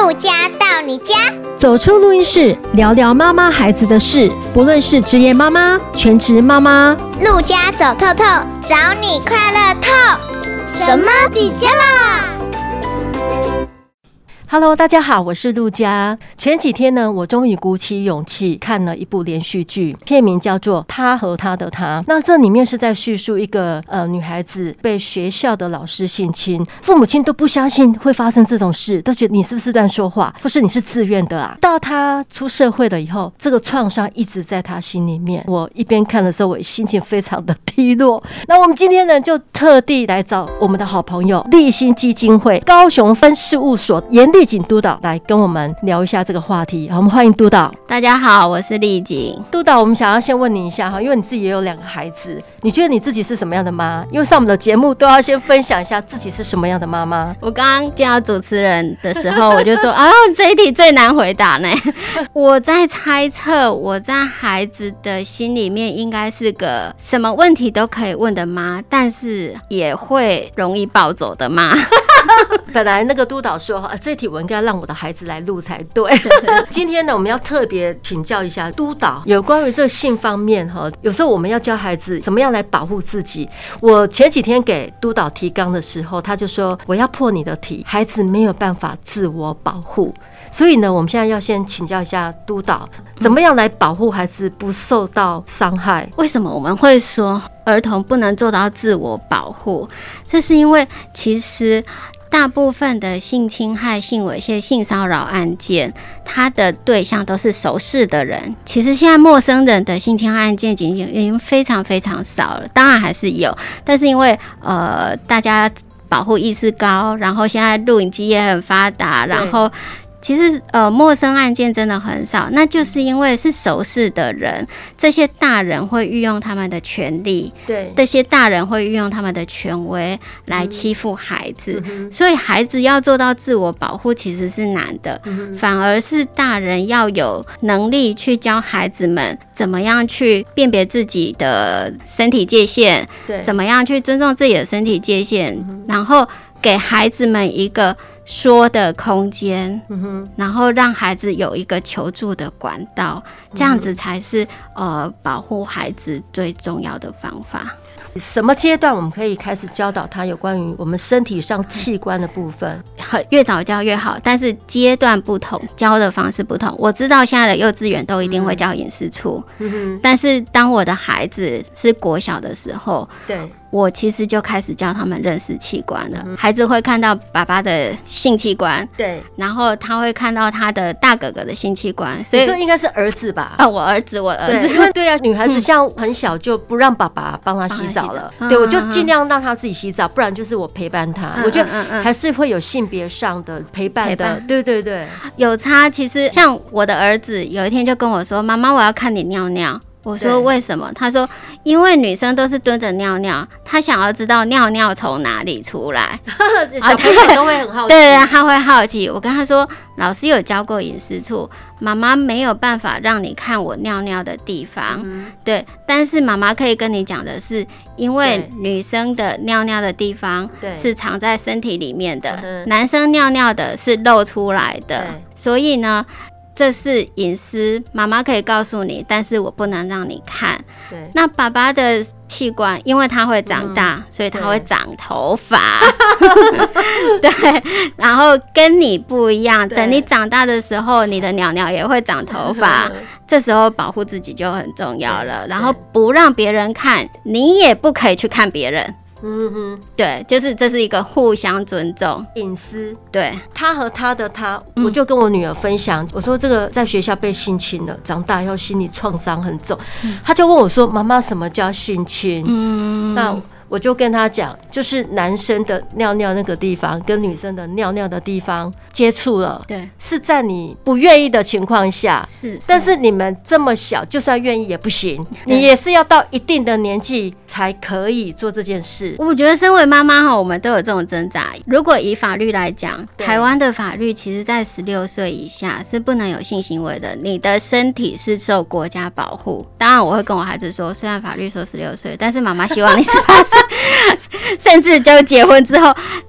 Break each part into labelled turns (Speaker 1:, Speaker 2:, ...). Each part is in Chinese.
Speaker 1: 陆家到你家，
Speaker 2: 走出录音室，聊聊妈妈孩子的事，不论是职业妈妈、全职妈妈，
Speaker 1: 陆家走透透，找你快乐透。什么底加啦
Speaker 2: Hello， 大家好，我是陆佳。前几天呢，我终于鼓起勇气看了一部连续剧，片名叫做《他和他的他》。那这里面是在叙述一个女孩子被学校的老师性侵，父母亲都不相信会发生这种事，都觉得你是不是乱说话，或是你是自愿的啊？到他出社会了以后，这个创伤一直在他心里面。我一边看的时候，我心情非常的低落。那我们今天呢，就特地来找我们的好朋友立新基金会高雄分事务所严丽景督导来跟我们聊一下这个话题。好，我们欢迎督导。
Speaker 3: 大家好，我是丽景。
Speaker 2: 督导，我们想要先问你一下哈，因为你自己也有2个孩子，你觉得你自己是什么样的妈？因为上我们的节目都要先分享一下自己是什么样的妈妈。
Speaker 3: 我刚刚见到主持人的时候，我就说啊，这一题最难回答呢。我在猜测，我在孩子的心里面应该是个什么问题都可以问的妈，但是也会容易暴走的妈。
Speaker 2: 本来那个督导说，这题我应该让我的孩子来录才对。今天呢，我们要特别请教一下督导，有关于这个性方面哈，有时候我们要教孩子怎么样来保护自己。我前几天给督导提纲的时候，他就说我要破你的题，孩子没有办法自我保护。所以呢，我们现在要先请教一下督导，怎么样来保护孩子不受到伤害？
Speaker 3: 为什么我们会说儿童不能做到自我保护？这是因为其实大部分的性侵害、性猥亵、性骚扰案件，它的对象都是熟识的人。其实现在陌生人的性侵害案件已经非常非常少了，当然还是有，但是因为大家保护意识高，然后现在录影机也很发达，然后其实陌生案件真的很少，那就是因为是熟识的人，这些大人会运用他们的权利，对，这些大人会运用他们的权威来欺负孩子，所以孩子要做到自我保护其实是难的，反而是大人要有能力去教孩子们怎么样去辨别自己的身体界限，怎么样去尊重自己的身体界限，然后给孩子们一个说的空间，然后让孩子有一个求助的管道，这样子才是保护孩子最重要的方法。
Speaker 2: 什么阶段我们可以开始教导他有关于我们身体上器官的部分？
Speaker 3: 越早教越好，但是阶段不同，教的方式不同。我知道现在的幼稚园都一定会教隐私处，但是当我的孩子是国小的时候，对，我其实就开始教他们认识器官了。孩子会看到爸爸的性器官，对，然后他会看到他的大哥哥的性器官，所以
Speaker 2: 你说应该是儿子吧？
Speaker 3: 我儿子，
Speaker 2: 对，因为对啊，女孩子像很小就不让爸爸帮她洗澡了，对，我就尽量让她自己洗澡，不然就是我陪伴她。我觉得还是会有性别上的陪伴的，对对对，
Speaker 3: 有差。其实像我的儿子有一天就跟我说：“妈妈，我要看你尿尿。”我说为什么？他说因为女生都是蹲着尿尿，他想要知道尿尿从哪里出来。
Speaker 2: 小朋友都会很好奇，
Speaker 3: 对，他会好奇。我跟他说，老师有教过隐私处，妈妈没有办法让你看我尿尿的地方，对，但是妈妈可以跟你讲的是，因为女生的尿尿的地方是藏在身体里面的，男生尿尿的是露出来的，所以呢，这是隐私，妈妈可以告诉你，但是我不能让你看。对，那爸爸的器官，因为他会长大，所以他会长头发。对，然后跟你不一样，等你长大的时候，你的鸟鸟也会长头发。这时候保护自己就很重要了，然后不让别人看，你也不可以去看别人。对，就是这是一个互相尊重
Speaker 2: 隐私。
Speaker 3: 对，
Speaker 2: 他和他的他，我就跟我女儿分享，我说这个在学校被性侵了，长大以后心理创伤很重，他就问我说：“妈妈，什么叫性侵？”那我就跟他讲，就是男生的尿尿那个地方跟女生的尿尿的地方接触了，对，是在你不愿意的情况下，是，但是你们这么小，就算愿意也不行，你也是要到一定的年纪才可以做这件事。
Speaker 3: 我觉得身为妈妈我们都有这种挣扎。如果以法律来讲，台湾的法律其实在16岁以下是不能有性行为的，你的身体是受国家保护。当然我会跟我孩子说，虽然法律说16岁，但是妈妈希望你18岁甚至就结婚之后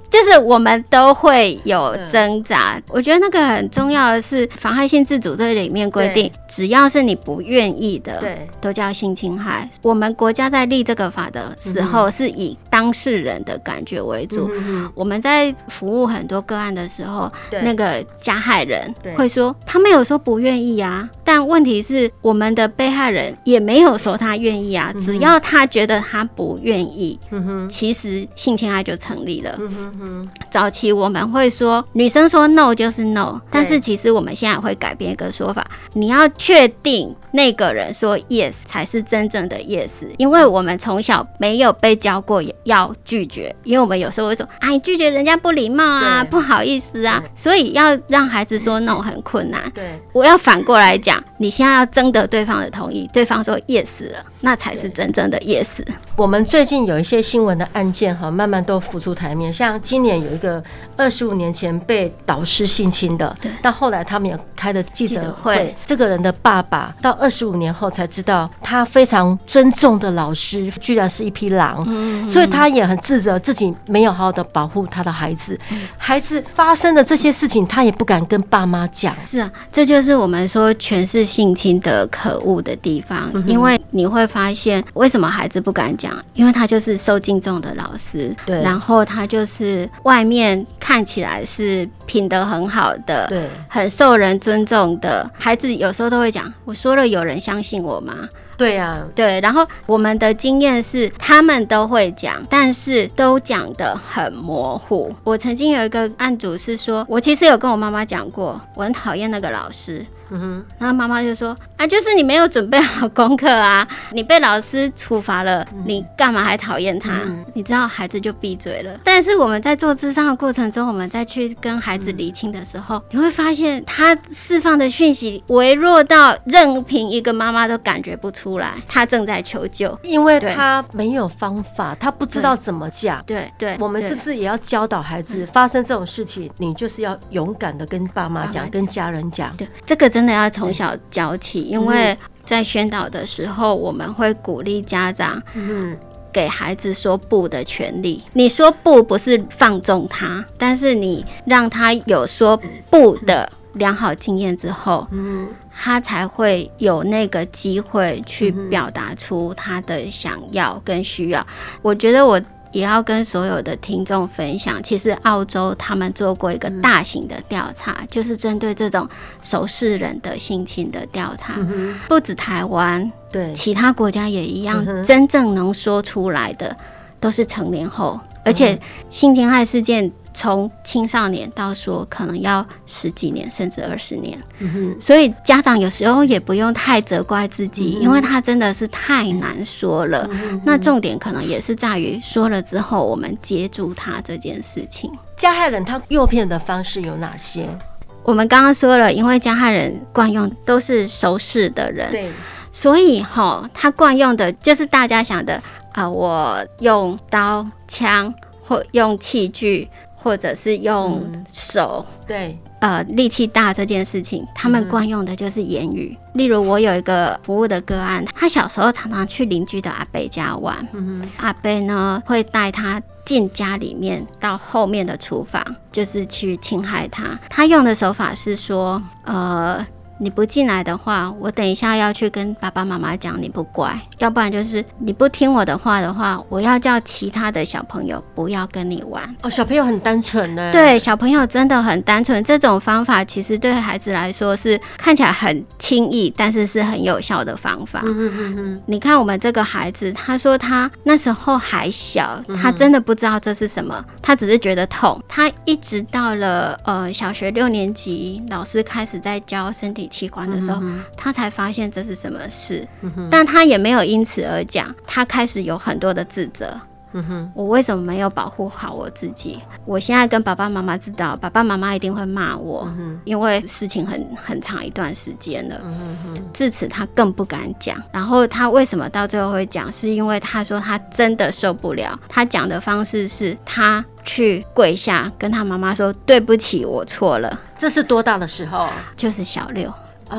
Speaker 3: 就是我们都会有挣扎。我觉得那个很重要的是妨害性自主这里面规定，只要是你不愿意的，都叫性侵害。我们国家在立这个法的时候，是以当事人的感觉为主。我们在服务很多个案的时候，那个加害人会说他没有说不愿意啊，但问题是我们的被害人也没有说他愿意啊，只要他觉得他不愿意，其实性侵害就成立了。早期我们会说女生说 no 就是 no， 但是其实我们现在会改变一个说法，你要确定那个人说 yes 才是真正的 yes， 因为我们从小没有被教过要拒绝，因为我们有时候会说啊，你拒绝人家不礼貌啊，不好意思啊，所以要让孩子说 no 很困难。我要反过来讲，你现在要征得对方的同意，对方说 yes 了，那才是真正的 yes。
Speaker 2: 我们最近有一些新闻的案件慢慢都浮出台面，像今年有一个25年前被导师性侵的，到后来他们也开了记者会，这个人的爸爸到25年后才知道，他非常尊重的老师居然是一匹狼，所以他也很自责自己没有好好的保护他的孩子，孩子发生的这些事情他也不敢跟爸妈讲。
Speaker 3: 是啊，这就是我们说权势性侵的可恶的地方，因为你会发现为什么孩子不敢讲，因为他就是受敬重的老师，然后他就是外面看起来是品德很好的，很受人尊重的，孩子有时候都会讲，我说了有人相信我吗？
Speaker 2: 对啊，
Speaker 3: 对，然后我们的经验是他们都会讲，但是都讲得很模糊。我曾经有一个案主是说，我其实有跟我妈妈讲过，我很讨厌那个老师，然后妈妈就说啊，就是你没有准备好功课啊，你被老师处罚了，你干嘛还讨厌他？你知道，孩子就闭嘴了。但是我们在做諮商的过程中，我们再去跟孩子厘清的时候，你会发现他释放的讯息微弱到任凭一个妈妈都感觉不出来他正在求救，
Speaker 2: 因为他没有方法，他不知道怎么讲。
Speaker 3: 对，
Speaker 2: 我们是不是也要教导孩子，发生这种事情你就是要勇敢的跟爸妈讲，跟家人讲。
Speaker 3: 对，这个真的要从小教起，因为在宣导的时候，我们会鼓励家长给孩子说不的权利。你说不是放纵他，但是你让他有说不的良好经验之后，他才会有那个机会去表达出他的想要跟需要。我觉得我也要跟所有的听众分享，其实澳洲他们做过一个大型的调查，就是针对这种熟识人的性侵的调查，不止台湾，对，其他国家也一样，真正能说出来的都是成年后，而且性侵害事件从青少年到说可能要10几年甚至20年，所以家长有时候也不用太责怪自己，因为他真的是太难说了，那重点可能也是在于说了之后我们接住他这件事情。
Speaker 2: 加害人他诱骗的方式有哪些？
Speaker 3: 我们刚刚说了，因为加害人惯用都是熟识的人，对，所以他惯用的就是大家想的我用刀枪或用器具或者是用手，对，力气大这件事情，他们惯用的就是言语。例如我有一个服务的个案，他小时候常常去邻居的阿伯家玩，阿伯呢会带他进家里面到后面的厨房，就是去侵害他。他用的手法是说你不进来的话，我等一下要去跟爸爸妈妈讲你不乖，要不然就是你不听我的话的话，我要叫其他的小朋友不要跟你玩。
Speaker 2: 小朋友很单纯呢。
Speaker 3: 对，小朋友真的很单纯，这种方法其实对孩子来说是看起来很轻易，但是是很有效的方法。你看我们这个孩子，他说他那时候还小，他真的不知道这是什么，他只是觉得痛。他一直到了小学6年级，老师开始在教身体器官的时候，他才发现这是什么事，但他也没有因此而讲，他开始有很多的自责。我为什么没有保护好我自己？我现在跟爸爸妈妈知道，爸爸妈妈一定会骂我，因为事情很长一段时间了。自此他更不敢讲。然后他为什么到最后会讲？是因为他说他真的受不了。他讲的方式是他去跪下跟他妈妈说对不起，我错了。
Speaker 2: 这是多大的时候？
Speaker 3: 就是小6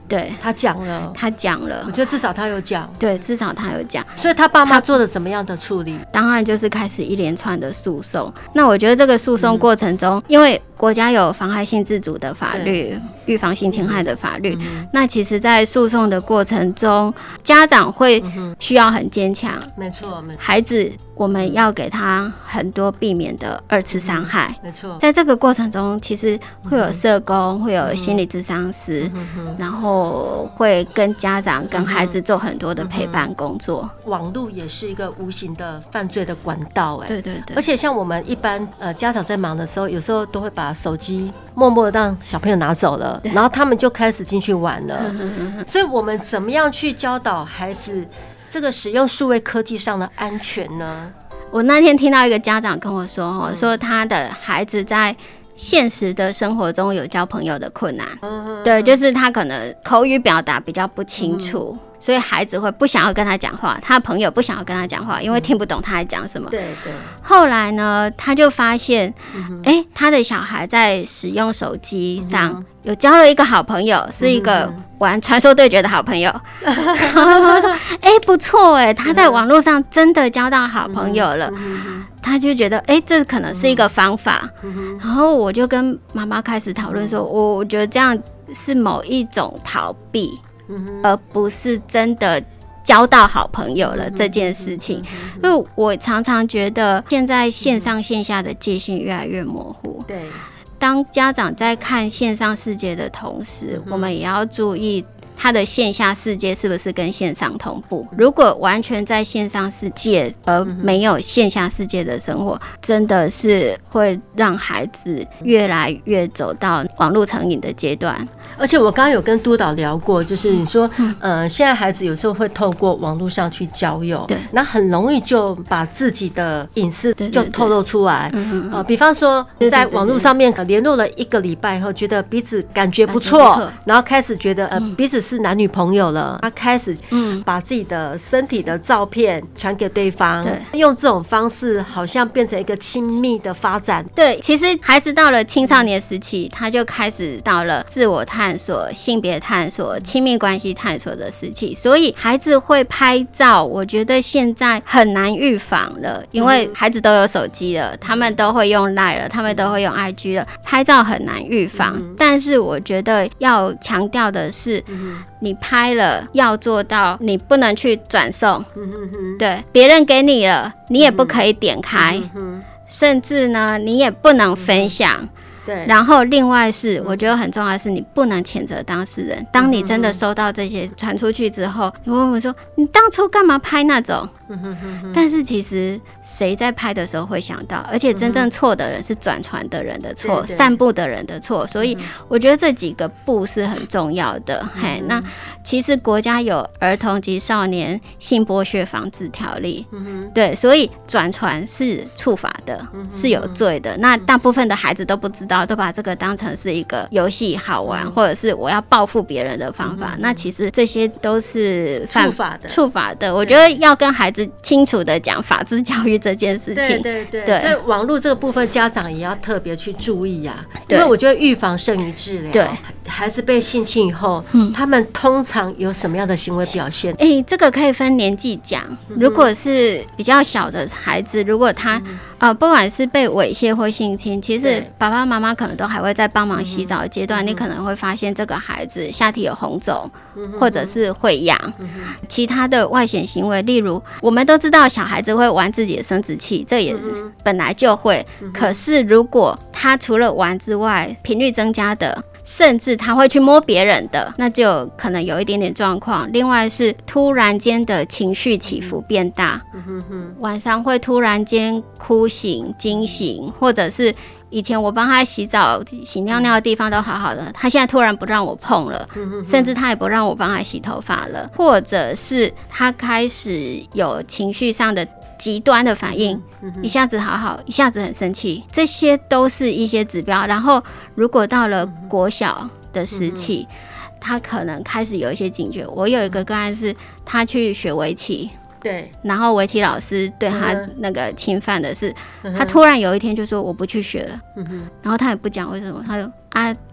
Speaker 3: 对，
Speaker 2: 他讲了，我觉得至少他有讲，
Speaker 3: 对，至少他有讲。
Speaker 2: 所以他爸妈做了怎么样的处理？
Speaker 3: 当然就是开始一连串的诉讼。那我觉得这个诉讼过程中，因为国家有妨害性自主的法律，预防性侵害的法律，那其实在诉讼的过程中，家长会需要很坚强，
Speaker 2: 没错，
Speaker 3: 孩子我们要给他很多避免的二次伤害，
Speaker 2: 没错。
Speaker 3: 在这个过程中，其实会有社工，会有心理咨商师，然后会跟家长、跟孩子做很多的陪伴工作。
Speaker 2: 网络也是一个无形的犯罪的管道，
Speaker 3: 对对对。
Speaker 2: 而且像我们一般家长在忙的时候，有时候都会把手机默默的让小朋友拿走了，然后他们就开始进去玩了。所以我们怎么样去教导孩子这个使用数位科技上的安全呢？
Speaker 3: 我那天听到一个家长跟我说，说他的孩子在现实的生活中有交朋友的困难，对，就是他可能口语表达比较不清楚，所以孩子会不想要跟他讲话，他的朋友不想要跟他讲话，因为听不懂他在讲什么。
Speaker 2: 对对。
Speaker 3: 后来呢，他就发现，他的小孩在使用手机上有交了一个好朋友，是一个玩传说对决的好朋友。然后他说，不错他在网络上真的交到好朋友了。他就觉得，这可能是一个方法。然后我就跟妈妈开始讨论说，我觉得这样是某一种逃避，而不是真的交到好朋友了这件事情。因为我常常觉得现在线上线下的界限越来越模糊。
Speaker 2: 对，
Speaker 3: 当家长在看线上世界的同时，我们也要注意他的线下世界是不是跟线上同步。如果完全在线上世界而没有线下世界的生活，真的是会让孩子越来越走到网络成瘾的阶段。
Speaker 2: 而且我刚刚有跟督导聊过，就是你说现在孩子有时候会透过网络上去交友，对，那很容易就把自己的隐私就透露出来。比方说在网络上面联络了1个礼拜以后，觉得彼此感觉不错，然后开始觉得彼此是男女朋友了，他开始把自己的身体的照片传给对方，用这种方式好像变成一个亲密的发展。
Speaker 3: 对，其实孩子到了青少年时期，他就开始到了自我探索、性别探索、亲密关系探索的时期，所以孩子会拍照，我觉得现在很难预防了，因为孩子都有手机了，他们都会用 LINE 了，他们都会用 IG 了，拍照很难预防。但是我觉得要强调的是，你拍了要做到你不能去转送，对，别人给你了你也不可以点开，甚至呢你也不能分享。对，然后另外是我觉得很重要的是，你不能谴责当事人。当你真的收到这些传出去之后，你问我说你当初干嘛拍那种？但是其实谁在拍的时候会想到，而且真正错的人是转传的人的错，散布的人的错。所以我觉得这几个步是很重要的。那其实国家有儿童及少年性剥削防治条例，对，所以转传是触法的，是有罪的。那大部分的孩子都不知道，都把这个当成是一个游戏好玩，或者是我要报复别人的方法。那其实这些都是触法的。我觉得要跟孩子清楚的讲法治教育这件事情。
Speaker 2: 对，所以网络这个部分家长也要特别去注意啊，因为我觉得预防胜于治疗。对，孩子被性侵以后，他们通常有什么样的行为表现？
Speaker 3: 这个可以分年纪讲。如果是比较小的孩子，如果他不管是被猥亵或性侵，其实爸爸妈妈可能都还会在帮忙洗澡的阶段，你可能会发现这个孩子下体有红肿，或者是会痒。其他的外显行为，例如我们都知道小孩子会玩自己的生殖器，这也是本来就会。可是如果他除了玩之外，频率增加的，甚至他会去摸别人的，那就可能有一点点状况。另外是突然间的情绪起伏变大，晚上会突然间哭醒、惊醒，或者是以前我帮他洗澡、洗尿尿的地方都好好的，他现在突然不让我碰了，甚至他也不让我帮他洗头发了，或者是他开始有情绪上的极端的反应，一下子好好，一下子很生气，这些都是一些指标。然后如果到了国小的时期，他可能开始有一些警觉。我有一个个案是他去学围棋，对，然后围棋老师对他那个侵犯的是，他突然有一天就说我不去学了，然后他也不讲为什么，他说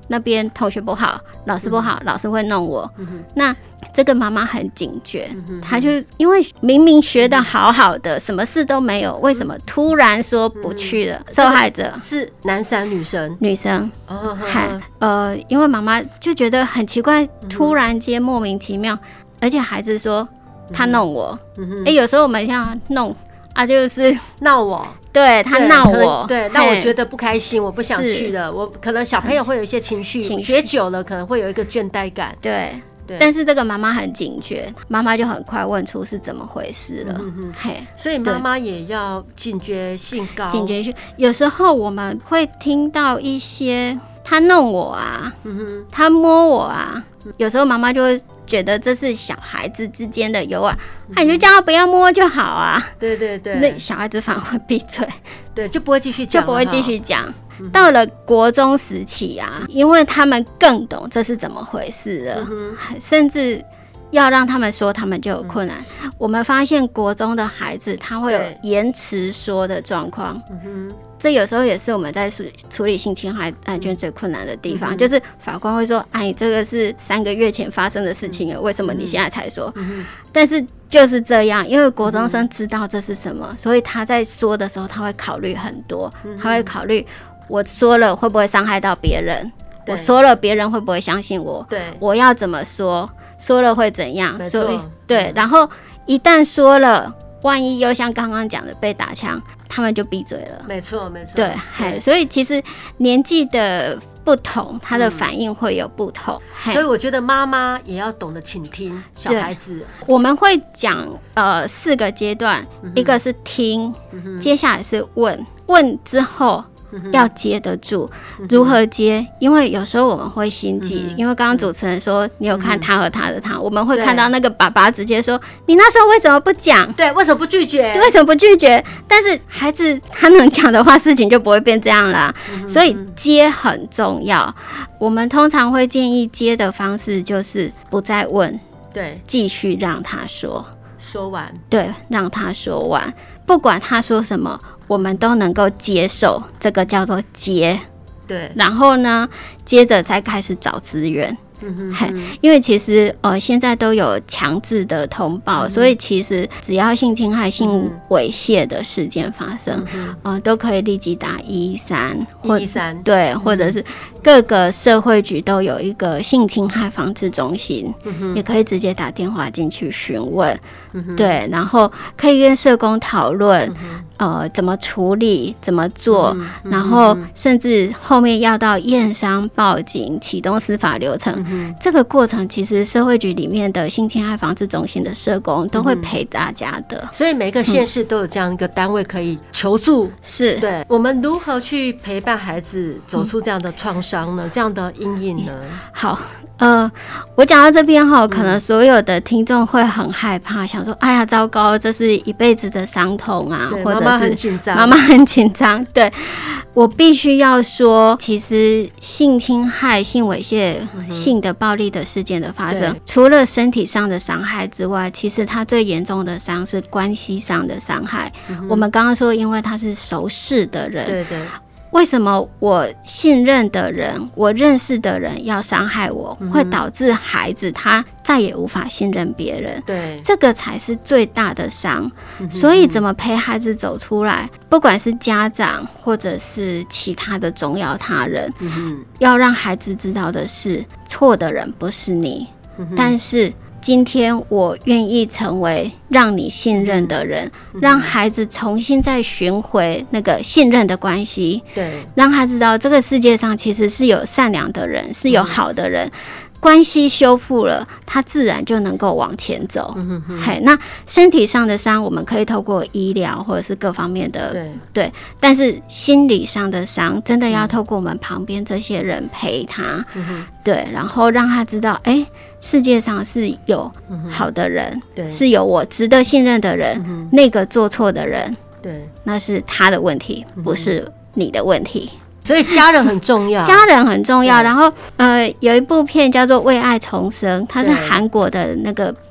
Speaker 3: 那边同学不好，老师不好，老师会弄我。那这个妈妈很警觉，她就因为明明学得好好的，什么事都没有，为什么突然说不去了？受害者
Speaker 2: 是男生女生？
Speaker 3: 女生。因为妈妈就觉得很奇怪，突然间莫名其妙，而且孩子说他弄我。有时候我们要弄啊，就是
Speaker 2: 闹我。
Speaker 3: 对，他闹我，
Speaker 2: 对，那我觉得不开心，我不想去了。我可能小朋友会有一些情绪，学久了可能会有一个倦怠感。
Speaker 3: 对，但是这个妈妈很警觉，妈妈就很快问出是怎么回事了。
Speaker 2: 所以妈妈也要警觉性高，
Speaker 3: 警觉性。有时候我们会听到一些他弄我啊，他摸我啊，有时候妈妈就会觉得这是小孩子之间的游玩，你就叫他不要摸就好啊。
Speaker 2: 对对对，
Speaker 3: 那小孩子反而会闭嘴，
Speaker 2: 对，就不会继续讲，
Speaker 3: 到了国中时期啊，因为他们更懂这是怎么回事了，甚至要让他们说，他们就有困难。我们发现国中的孩子他会有延迟说的状况，这有时候也是我们在处理性侵害案件最困难的地方，就是法官会说，你这个是3个月前发生的事情了，为什么你现在才说？但是就是这样，因为国中生知道这是什么，所以他在说的时候他会考虑很多，他会考虑我说了会不会伤害到别人，我说了别人会不会相信我，我要怎么说，说了会怎样，所以对，然后一旦说了，万一又像刚刚讲的被打枪，他们就闭嘴了。
Speaker 2: 没错没错，
Speaker 3: 对，所以其实年纪的不同，他的反应会有不同，
Speaker 2: 所以我觉得妈妈也要懂得倾听小孩子。
Speaker 3: 我们会讲4个阶段，一个是听，接下来是问，问之后要接得住，如何接？因为有时候我们会心急，因为刚刚主持人说你有看他和他的他，我们会看到那个爸爸直接说你那时候为什么不讲？
Speaker 2: 对，为什么不拒绝？
Speaker 3: 为什么不拒绝？但是孩子他能讲的话，事情就不会变这样啦。所以接很重要。我们通常会建议接的方式就是不再问，
Speaker 2: 对，
Speaker 3: 继续让他说
Speaker 2: 完，
Speaker 3: 对，让他说完，不管他说什么，我们都能够接受，这个叫做接。
Speaker 2: 对，
Speaker 3: 然后呢，接着再开始找资源。因为其实现在都有强制的通报，所以其实只要性侵害、性猥亵的事件发生，都可以立即打113，对，或者是各个社会局都有一个性侵害防治中心，也可以直接打电话进去询问，对，然后可以跟社工讨论怎么处理、怎么做，然后甚至后面要到验伤、报警、启动司法流程。这个过程其实社会局里面的性侵害防治中心的社工都会陪大家的，
Speaker 2: 所以每个县市都有这样一个单位可以求助。
Speaker 3: 是，
Speaker 2: 对，我们如何去陪伴孩子走出这样的创伤呢？这样的阴影呢？好，
Speaker 3: 我讲到这边哈，可能所有的听众会很害怕，想说，哎呀，糟糕，这是一辈子的伤痛啊，或者是
Speaker 2: 妈妈很紧张，
Speaker 3: 妈妈很紧张。对，我必须要说，其实性侵害、性猥亵、性的暴力的事件的发生，除了身体上的伤害之外，其实它最严重的伤是关系上的伤害。我们刚刚说，因为他是熟识的人，
Speaker 2: 对对。
Speaker 3: 为什么我信任的人、我认识的人要伤害我，会导致孩子他再也无法信任别人？
Speaker 2: 对，
Speaker 3: 这个才是最大的伤。所以怎么陪孩子走出来，不管是家长或者是其他的重要他人，要让孩子知道的是，错的人不是你，但是今天我愿意成为让你信任的人，让孩子重新再寻回那个信任的关系，
Speaker 2: 对，
Speaker 3: 让他知道这个世界上其实是有善良的人，是有好的人，关系修复了，他自然就能够往前走。那身体上的伤，我们可以透过医疗或者是各方面的，对，但是心理上的伤，真的要透过我们旁边这些人陪他，对，然后让他知道，世界上是有好的人，是有我值得信任的人，那个做错的人，对，那是他的问题，不是你的问题。
Speaker 2: 所以家人很重要，
Speaker 3: 家人很重要。然后有一部片叫做《为爱重生》，它是韩国的那个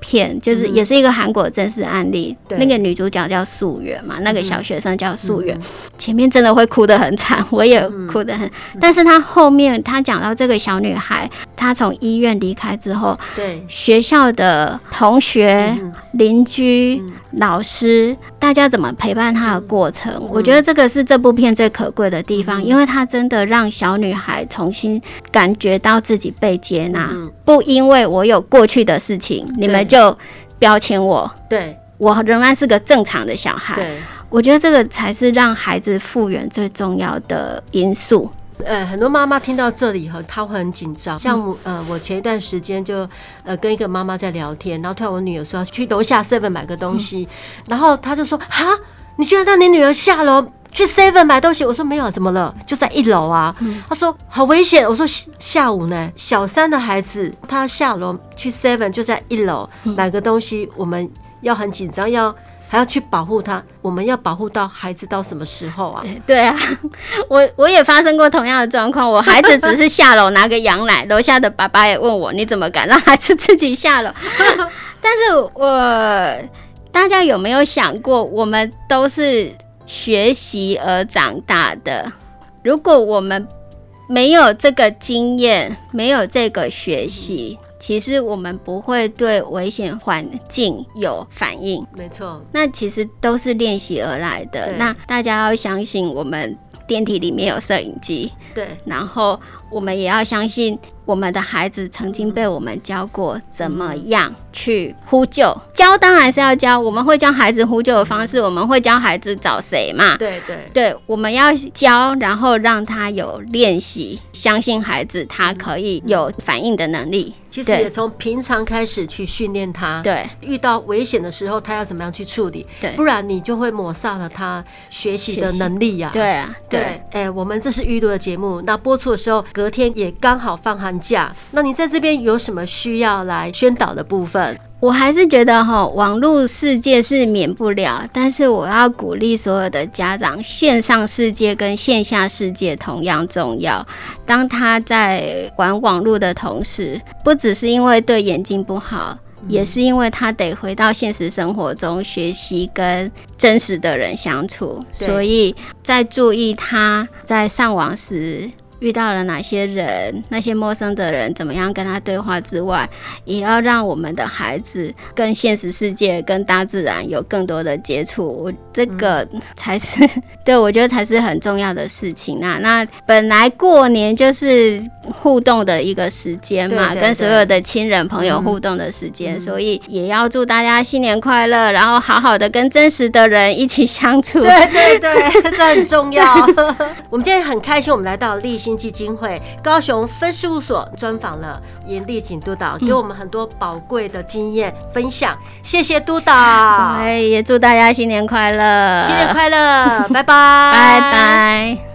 Speaker 3: 片，就是也是一个韩国真实案例，那个女主角叫素媛嘛，那个小学生叫素媛，前面真的会哭得很惨，我也哭得很，但是她后面她讲到这个小女孩，她从医院离开之后，对学校的同学、邻居、老师，大家怎么陪伴她的过程，我觉得这个是这部片最可贵的地方，因为她真的让小女孩重新感觉到自己被接纳，不因为我有过去的事情，你们就标签我，对，我仍然是个正常的小孩。对，我觉得这个才是让孩子复原最重要的因素。
Speaker 2: 很多妈妈听到这里以后，她会很紧张。像我前一段时间就跟一个妈妈在聊天，然后突然我女儿说要去楼下 7 买个东西，然后她就说：“哈，你居然让你女儿下楼去 7 买东西？”我说：“没有，怎么了？就在1楼啊。”她说：“好危险。”我说：“下午呢，小3的孩子他下楼去 7 就在1楼买个东西，我们要很紧张，还要去保护他，我们要保护到孩子到什么时候啊？”
Speaker 3: 对啊，我也发生过同样的状况，我孩子只是下楼拿个羊奶，楼下的爸爸也问我：“你怎么敢让孩子自己下楼？”但是大家有没有想过，我们都是学习而长大的，如果我们没有这个经验，没有这个学习，其实我们不会对危险环境有反应。没错，那其实都是练习而来的。那大家要相信，我们电梯里面有摄影机，对，然后我们也要相信我们的孩子曾经被我们教过怎么样去呼救。教当然是要教，我们会教孩子呼救的方式，我们会教孩子找谁嘛，对，我们要教，然后让他有练习，相信孩子他可以有反应的能力。
Speaker 2: 其实也从平常开始去训练他，对，遇到危险的时候他要怎么样去处理，对，不然你就会抹杀了他学习的能力呀。
Speaker 3: 对啊，
Speaker 2: 对，我们这是预录的节目，那播出的时候隔天也刚好放寒假，那你在这边有什么需要来宣导的部分？
Speaker 3: 我还是觉得网络世界是免不了，但是我要鼓励所有的家长，线上世界跟线下世界同样重要。当他在玩网络的同时，不只是因为对眼睛不好，也是因为他得回到现实生活中学习跟真实的人相处，所以在注意他在上网时遇到了哪些人，那些陌生的人怎么样跟他对话之外，也要让我们的孩子跟现实世界跟大自然有更多的接触，这个才是对，我觉得才是很重要的事情啊。那本来过年就是互动的一个时间嘛，对，跟所有的亲人朋友互动的时间，所以也要祝大家新年快乐，然后好好的跟真实的人一起相处。
Speaker 2: 对，这很重要。我们今天很开心，我们来到立新基金会高雄分事务所专访了严丽锦督导，给我们很多宝贵的经验分享，谢谢督导。
Speaker 3: 对，也祝大家新年快乐，
Speaker 2: 新年快乐，拜拜，
Speaker 3: 拜拜。